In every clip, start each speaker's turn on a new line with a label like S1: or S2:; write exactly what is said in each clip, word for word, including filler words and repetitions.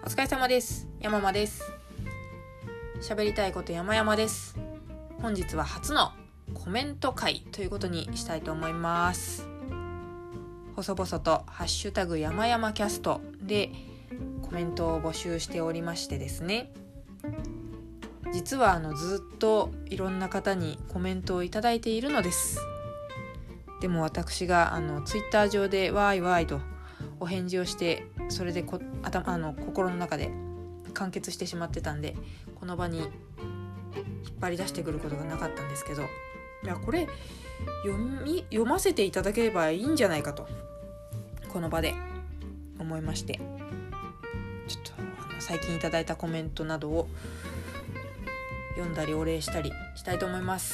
S1: お疲れ様です。山間です。喋りたいこと山々です。本日は初のコメント会ということにしたいと思います。細々とハッシュタグ山々キャストでコメントを募集しておりましてですね、実はあのずっといろんな方にコメントをいただいているのです。でも私があのツイッター上でわーいわーいとお返事をして、それでこ頭あの心の中で完結してしまってたんで、この場に引っ張り出してくることがなかったんですけど、いやこれ読み読ませていただければいいんじゃないかとこの場で思いまして、ちょっとあの最近いただいたコメントなどを読んだりお礼したりしたいと思います。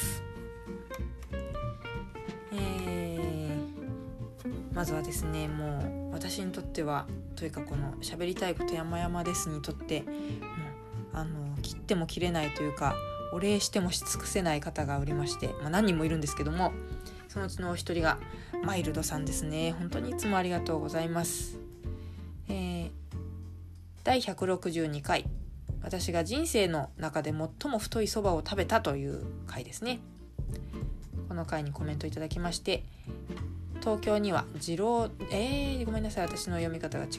S1: えー、まずはですね、もう私にとってはというかこの喋りたいこと山々ですにとってもうあの切っても切れないというか、お礼してもし尽くせない方がおりまして、まあ、何人もいるんですけども、そのうちのお一人がマイルドさんですね。本当にいつもありがとうございます。えー、だいひゃくろくじゅうにかい、私が人生の中で最も太いそばを食べたという回ですね。この回にコメントいただきまして、東京には二郎えー、ごめんなさい、私の読み方が違った。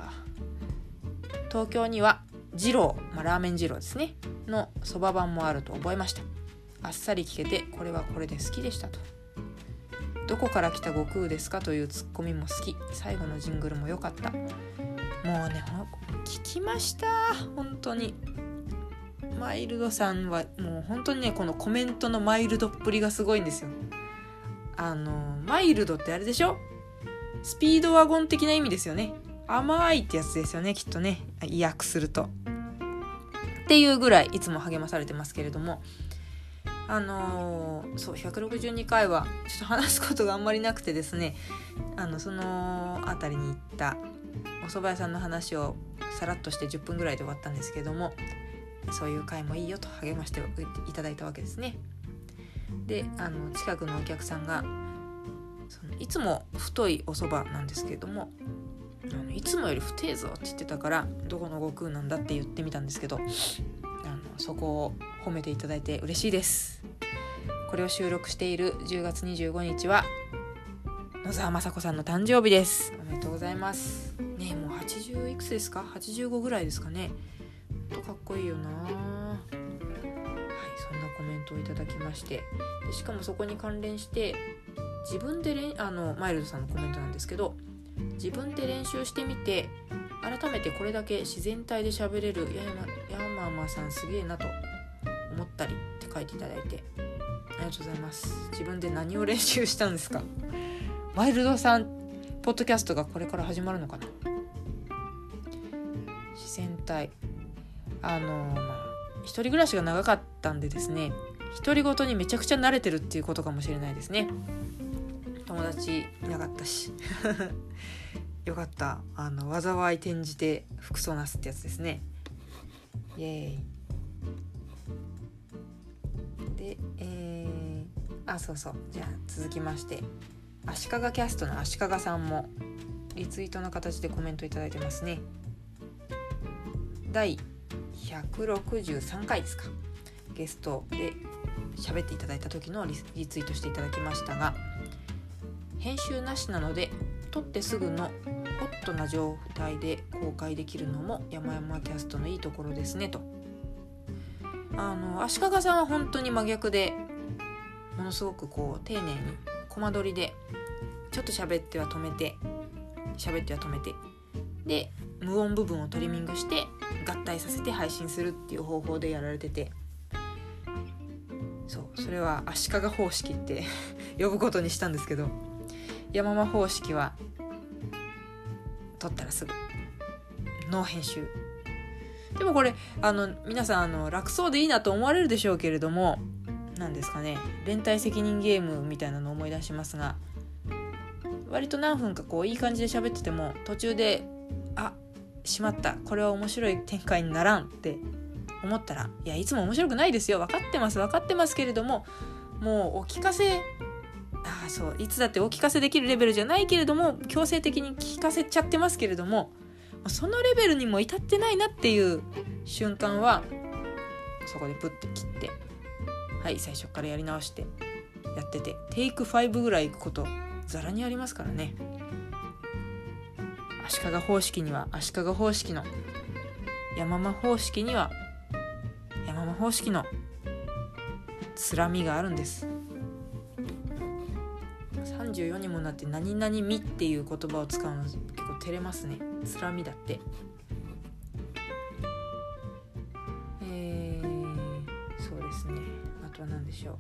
S1: 東京には二郎、まあ、ラーメン二郎ですねのそば版もあると覚えました。あっさり聞けて、これはこれで好きでしたと。どこから来た悟空ですかというツッコミも好き。最後のジングルも良かった。もうね、聞きました。本当にマイルドさんはもう本当にね、このコメントのマイルドっぷりがすごいんですよ。あのマイルドってあれでしょ、スピードワゴン的な意味ですよね。甘いってやつですよね、きっとね、意訳するとっていうぐらいいつも励まされてますけれども、あのー、そうひゃくろくじゅうにかいはちょっと話すことがあんまりなくてですね、あのそのあたりに行ったお蕎麦屋さんの話をさらっとしてじゅっぷんぐらいで終わったんですけども、そういう回もいいよと励ましていただいたわけですね。で、あの近くのお客さんがそのいつも太いお蕎麦なんですけれども、あのいつもより太えぞって言ってたから、どこの悟空なんだって言ってみたんですけど、あのそこを褒めていただいて嬉しいです。これを収録しているじゅうがつにじゅうごにちは野沢雅子さんの誕生日です。おめでとうございますね。もうはちじゅういくつですか、はちじゅうごぐらいですかね。ほんとかっこいいよな。はい、そんなコメントをいただきまして、でしかもそこに関連して自分でれんあのマイルドさんのコメントなんですけど、自分で練習してみて改めてこれだけ自然体で喋れるヤママさんすげえなと思ったりって書いていただいてありがとうございます。自分で何を練習したんですか。マイルドさんポッドキャストがこれから始まるのかな。自然体、あのまあ一人暮らしが長かったんでですね、独り言にめちゃくちゃ慣れてるっていうことかもしれないですね。友達いなかったしよかった。あの災い転じて服装なすってやつですね。イエーイ。で、えー、あそうそうじゃあ続きまして、足利キャストの足利さんもリツイートの形でコメントいただいてますね。だいひゃくろくじゅうさんかいですか、ゲストで喋っていただいた時の リ, リツイートしていただきましたが、編集なしなので撮ってすぐのホットな状態で公開できるのも山々キャストのいいところですねと。あの足利さんは本当に真逆で、ものすごくこう丁寧にコマ撮りでちょっと喋っては止めて喋っては止めてで無音部分をトリミングして合体させて配信するっていう方法でやられてて、そうそれは足利方式って呼ぶことにしたんですけど、山間方式は撮ったらすぐノー編集。でもこれあの皆さんあの楽そうでいいなと思われるでしょうけれども、何ですかね、連帯責任ゲームみたいなのを思い出しますが、割と何分かこういい感じで喋ってても途中であしまったこれは面白い展開にならんって思ったら、いやいつも面白くないですよ、分かってます分かってますけれども、もうお聞かせあそういつだってお聞かせできるレベルじゃないけれども強制的に聞かせちゃってますけれども、 そのレベルにも至ってないなっていう瞬間はそこでプッて切って、はい最初からやり直してやってて、テイクファイブぐらいいくことざらにありますからね。足利方式には足利方式の、山間方式には山間方式のつらみがあるんです。さんじゅうよにもなって何々みっていう言葉を使うの結構照れますね。つらみだって。えー、そうですね。あとは何でしょ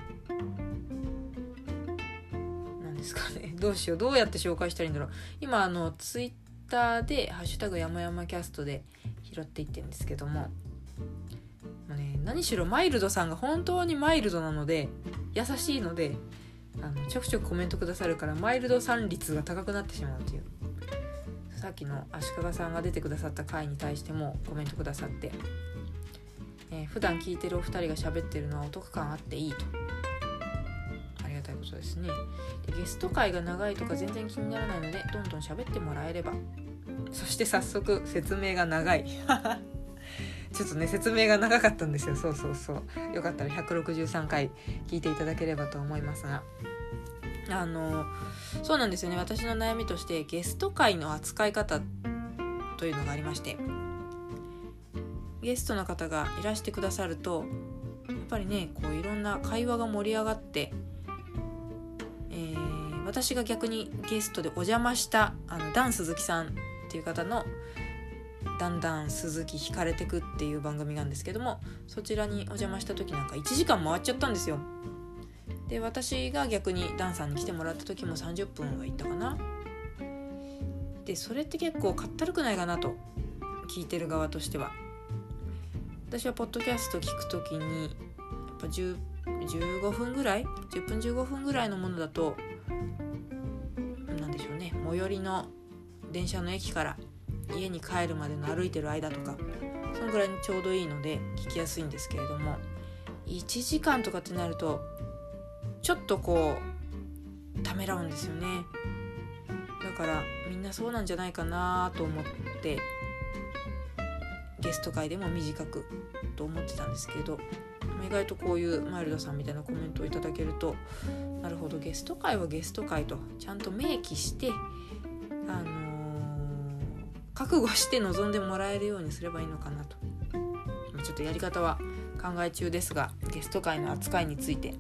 S1: う。何ですかね。どうしよう。どうやって紹介したらいいんだろう。今あのツイッターでハッシュタグ山々キャストで拾っていってるんですけども、もうね、何しろマイルドさんが本当にマイルドなので優しいので、あのちょくちょくコメントくださるからマイルドさん率が高くなってしまうという。さっきの足利さんが出てくださった回に対してもコメントくださって、えー、普段聞いてるお二人が喋ってるのはお得感あっていいと、ありがたいことですね。でゲスト回が長いとか全然気にならないのでどんどん喋ってもらえれば。そして早速説明が長いちょっとね説明が長かったんですよ。そうそうそう、よかったらひゃくろくじゅうさんかい聞いていただければと思いますが、あのそうなんですよね。私の悩みとしてゲスト会の扱い方というのがありまして、ゲストの方がいらしてくださるとやっぱりねこういろんな会話が盛り上がって、えー、私が逆にゲストでお邪魔したあのダン鈴木さんっていう方のだんだん鈴木惹かれてくっていう番組なんですけども、そちらにお邪魔した時なんかいちじかん回っちゃったんですよ。で私が逆にダンさんに来てもらった時もさんじゅっぷんは行ったかな。でそれって結構かったるくないかなと、聞いてる側としては。私はポッドキャスト聞く時にやっぱじゅう、じゅうごふんぐらいじゅっぷんじゅうごふんぐらいのものだとなんでしょうね、最寄りの電車の駅から家に帰るまでの歩いてる間とかそのぐらいにちょうどいいので聞きやすいんですけれども、いちじかんとかってなるとちょっとこうためらうんですよね。だからみんなそうなんじゃないかなと思ってゲスト会でも短くと思ってたんですけど、意外とこういうマイルドさんみたいなコメントをいただけると、なるほどゲスト会はゲスト会とちゃんと明記してあのー覚悟して臨んでもらえるようにすればいいのかなと。ちょっとやり方は考え中ですが、ゲスト会の扱いについて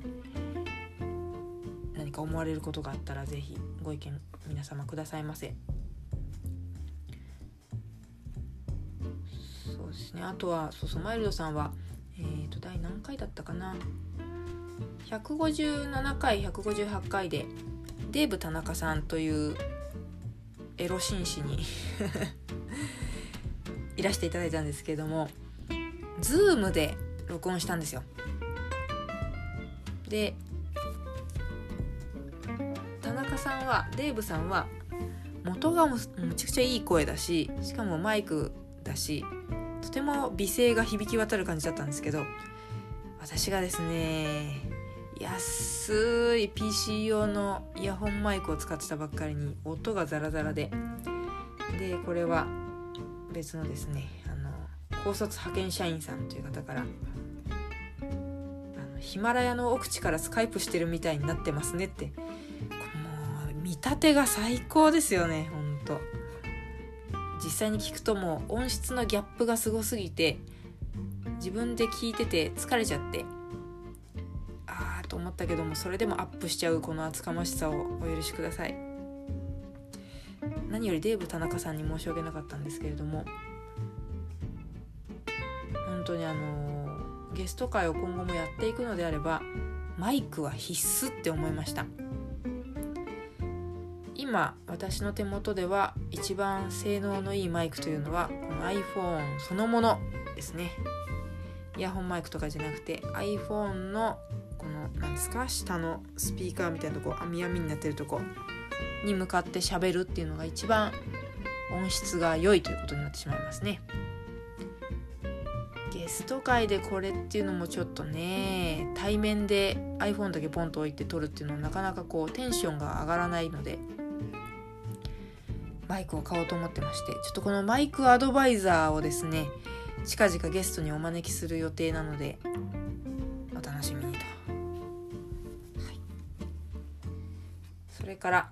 S1: 何か思われることがあったらぜひご意見皆様くださいませ。そうですね。あとはそうそうマイルドさんはえーと第何回だったかな、ひゃくごじゅうななかいひゃくごじゅうはちかいでデーブ田中さんというエロ紳士にいらしていただいたんですけれども、ズームで録音したんですよ。で田中さんはデーブさんは元がむちゃくちゃいい声だし、しかもマイクだしとても美声が響き渡る感じだったんですけど、私がですね安い ピーシー 用のイヤホンマイクを使ってたばっかりに音がザラザラで、でこれは別のですねあの高卒派遣社員さんという方から、あのヒマラヤの奥地からスカイプしてるみたいになってますねって、もう見立てが最高ですよね。ほんと実際に聞くともう音質のギャップがすごすぎて自分で聞いてて疲れちゃって、あーと思ったけどもそれでもアップしちゃうこの厚かましさをお許しください。何よりデーブ田中さんに申し訳なかったんですけれども、本当にあのゲスト会を今後もやっていくのであればマイクは必須って思いました。今私の手元では一番性能のいいマイクというのはこの iPhone そのものですね。イヤホンマイクとかじゃなくて iPhone のこの何ですか下のスピーカーみたいなとこ網網になってるとこに向かって喋るっていうのが一番音質が良いということになってしまいますね。ゲスト会でこれっていうのもちょっとね、対面で iPhone だけポンと置いて撮るっていうのはなかなかこうテンションが上がらないので、 マイクを買おうと思ってまして、ちょっとこのマイクアドバイザーをですね近々ゲストにお招きする予定なのでお楽しみにと、はい、それから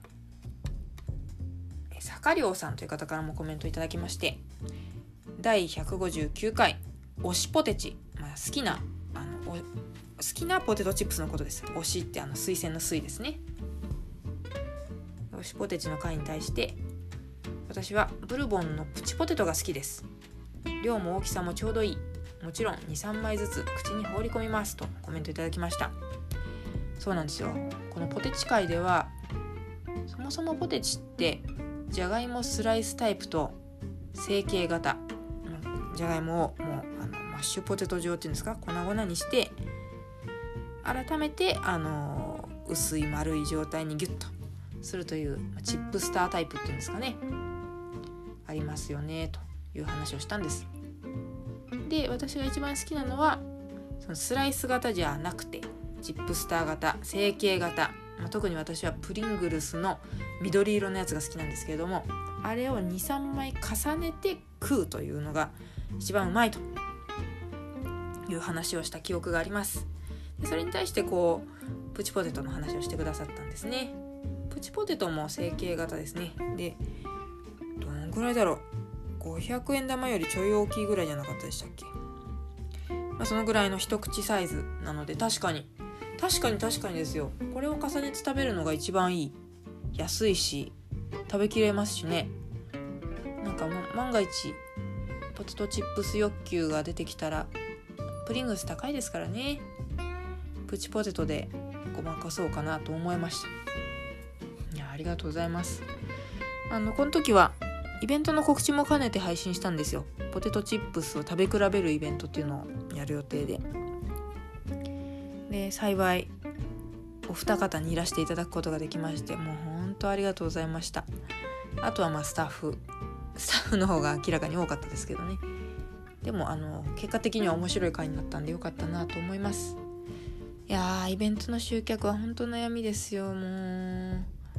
S1: 坂亮さんという方からもコメントいただきまして、だいひゃくごじゅうきゅうかい推しポテチ、まあ、好きなあの好きなポテトチップスのことです。推しってあの推薦の推ですね。推しポテチの回に対して、私はブルボンのプチポテトが好きです。量も大きさもちょうどいい。もちろん にさんまいずつ口に放り込みますとコメントいただきました。そうなんですよ。このポテチ界ではそもそもポテチってじゃがいもスライスタイプと成形型、じゃがいもをもうあのマッシュポテト状っていうんですか、粉々にして改めてあの薄い丸い状態にギュッとするというチップスタータイプっていうんですかね、ありますよねという話をしたんです。で、私が一番好きなのはそのスライス型じゃなくてチップスター型、成形型、まあ、特に私はプリングルスの緑色のやつが好きなんですけれども、あれを にさんまい重ねて食うというのが一番うまいという話をした記憶があります。でそれに対してこうプチポテトの話をしてくださったんですね。プチポテトも成形型ですね。でどのぐらいだろう、ごひゃくえん玉よりちょい大きいぐらいじゃなかったでしたっけ、まあ、そのぐらいの一口サイズなので、確かに確かに確かにですよ。これを重ねて食べるのが一番いい。安いし食べきれますしね。なんかもう万が一ポテトチップス欲求が出てきたら、プリングス高いですからね、プチポテトでごまかそうかなと思いました。いや、ありがとうございます。あのこの時はイベントの告知も兼ねて配信したんですよ。ポテトチップスを食べ比べるイベントっていうのをやる予定で、で幸いお二方にいらしていただくことができまして、もう本当ありがとうございました。あとはまあスタッフスタッフの方が明らかに多かったですけどね。でもあの結果的には面白い回になったんでよかったなと思います。いやー、イベントの集客は本当悩みですよ。もう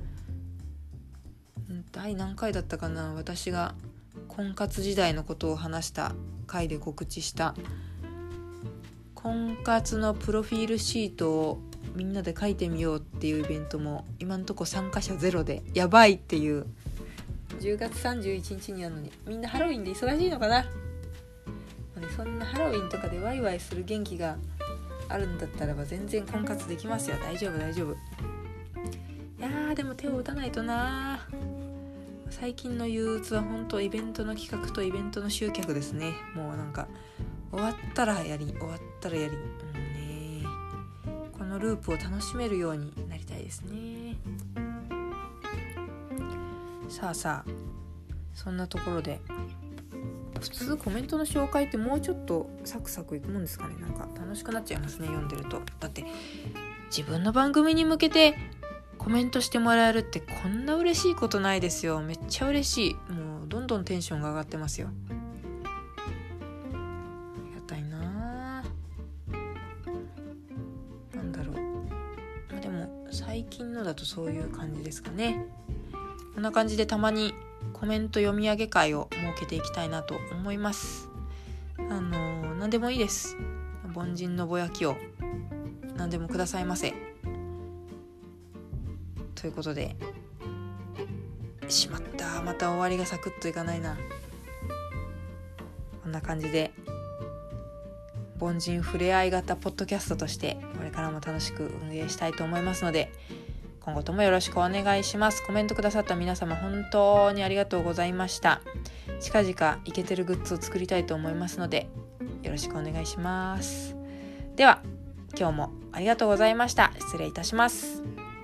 S1: 第何回だったかな、私が婚活時代のことを話した回で告知した婚活のプロフィールシートをみんなで書いてみようっていうイベントも今のとこ参加者ゼロでやばいっていう。じゅうがつさんじゅういちにちにあるのにみんなハロウィンで忙しいのかな。そんなハロウィンとかでワイワイする元気があるんだったらば全然婚活できますよ。大丈夫大丈夫。いやーでも手を打たないとな。最近の憂鬱は本当イベントの企画とイベントの集客ですね。もうなんか終わったらやり終わったらやり、うんね、このループを楽しめるようになりたいですね。さあさあ、そんなところで普通コメントの紹介ってもうちょっとサクサクいくもんですかね。なんか楽しくなっちゃいますね、読んでると。だって自分の番組に向けてコメントしてもらえるってこんな嬉しいことないですよ。めっちゃ嬉しい。もうどんどんテンションが上がってますよ。ありがたいな。なんだろう、でも最近のだとそういう感じですかね。こんな感じでたまにコメント読み上げ会を設けていきたいなと思います。あのー、何でもいいです。凡人のぼやきを何でもくださいませ。ということで、しまった、また終わりがサクッといかないな。こんな感じで凡人ふれあい型ポッドキャストとしてこれからも楽しく運営したいと思いますので、今後ともよろしくお願いします。コメントくださった皆様本当にありがとうございました。近々イケてるグッズを作りたいと思いますのでよろしくお願いします。では今日もありがとうございました。失礼いたします。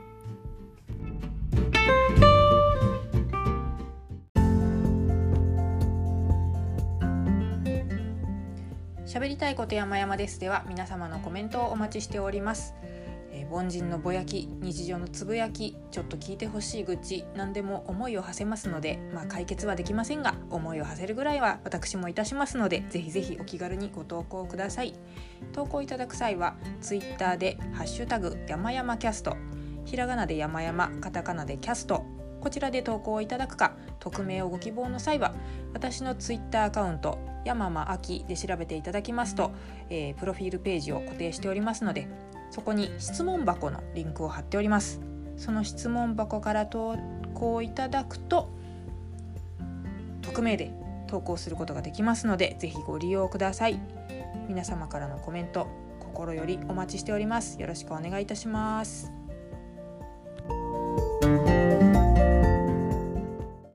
S1: 喋りたいこと山々です。では皆様のコメントをお待ちしております。えー、凡人のぼやき、日常のつぶやき、ちょっと聞いてほしい愚痴、何でも思いを馳せますので、まあ解決はできませんが思いを馳せるぐらいは私もいたしますので、ぜひぜひお気軽にご投稿ください。投稿いただく際はツイッターでハッシュタグ山々キャスト、ひらがなで山々、カタカナでキャストこちらで投稿いただくか、匿名をご希望の際は私のツイッターアカウント山間あきで調べていただきますと、えー、プロフィールページを固定しておりますので、そこに質問箱のリンクを貼っております。その質問箱から投稿いただくと匿名で投稿することができますので、ぜひご利用ください。皆様からのコメント心よりお待ちしております。よろしくお願いいたします。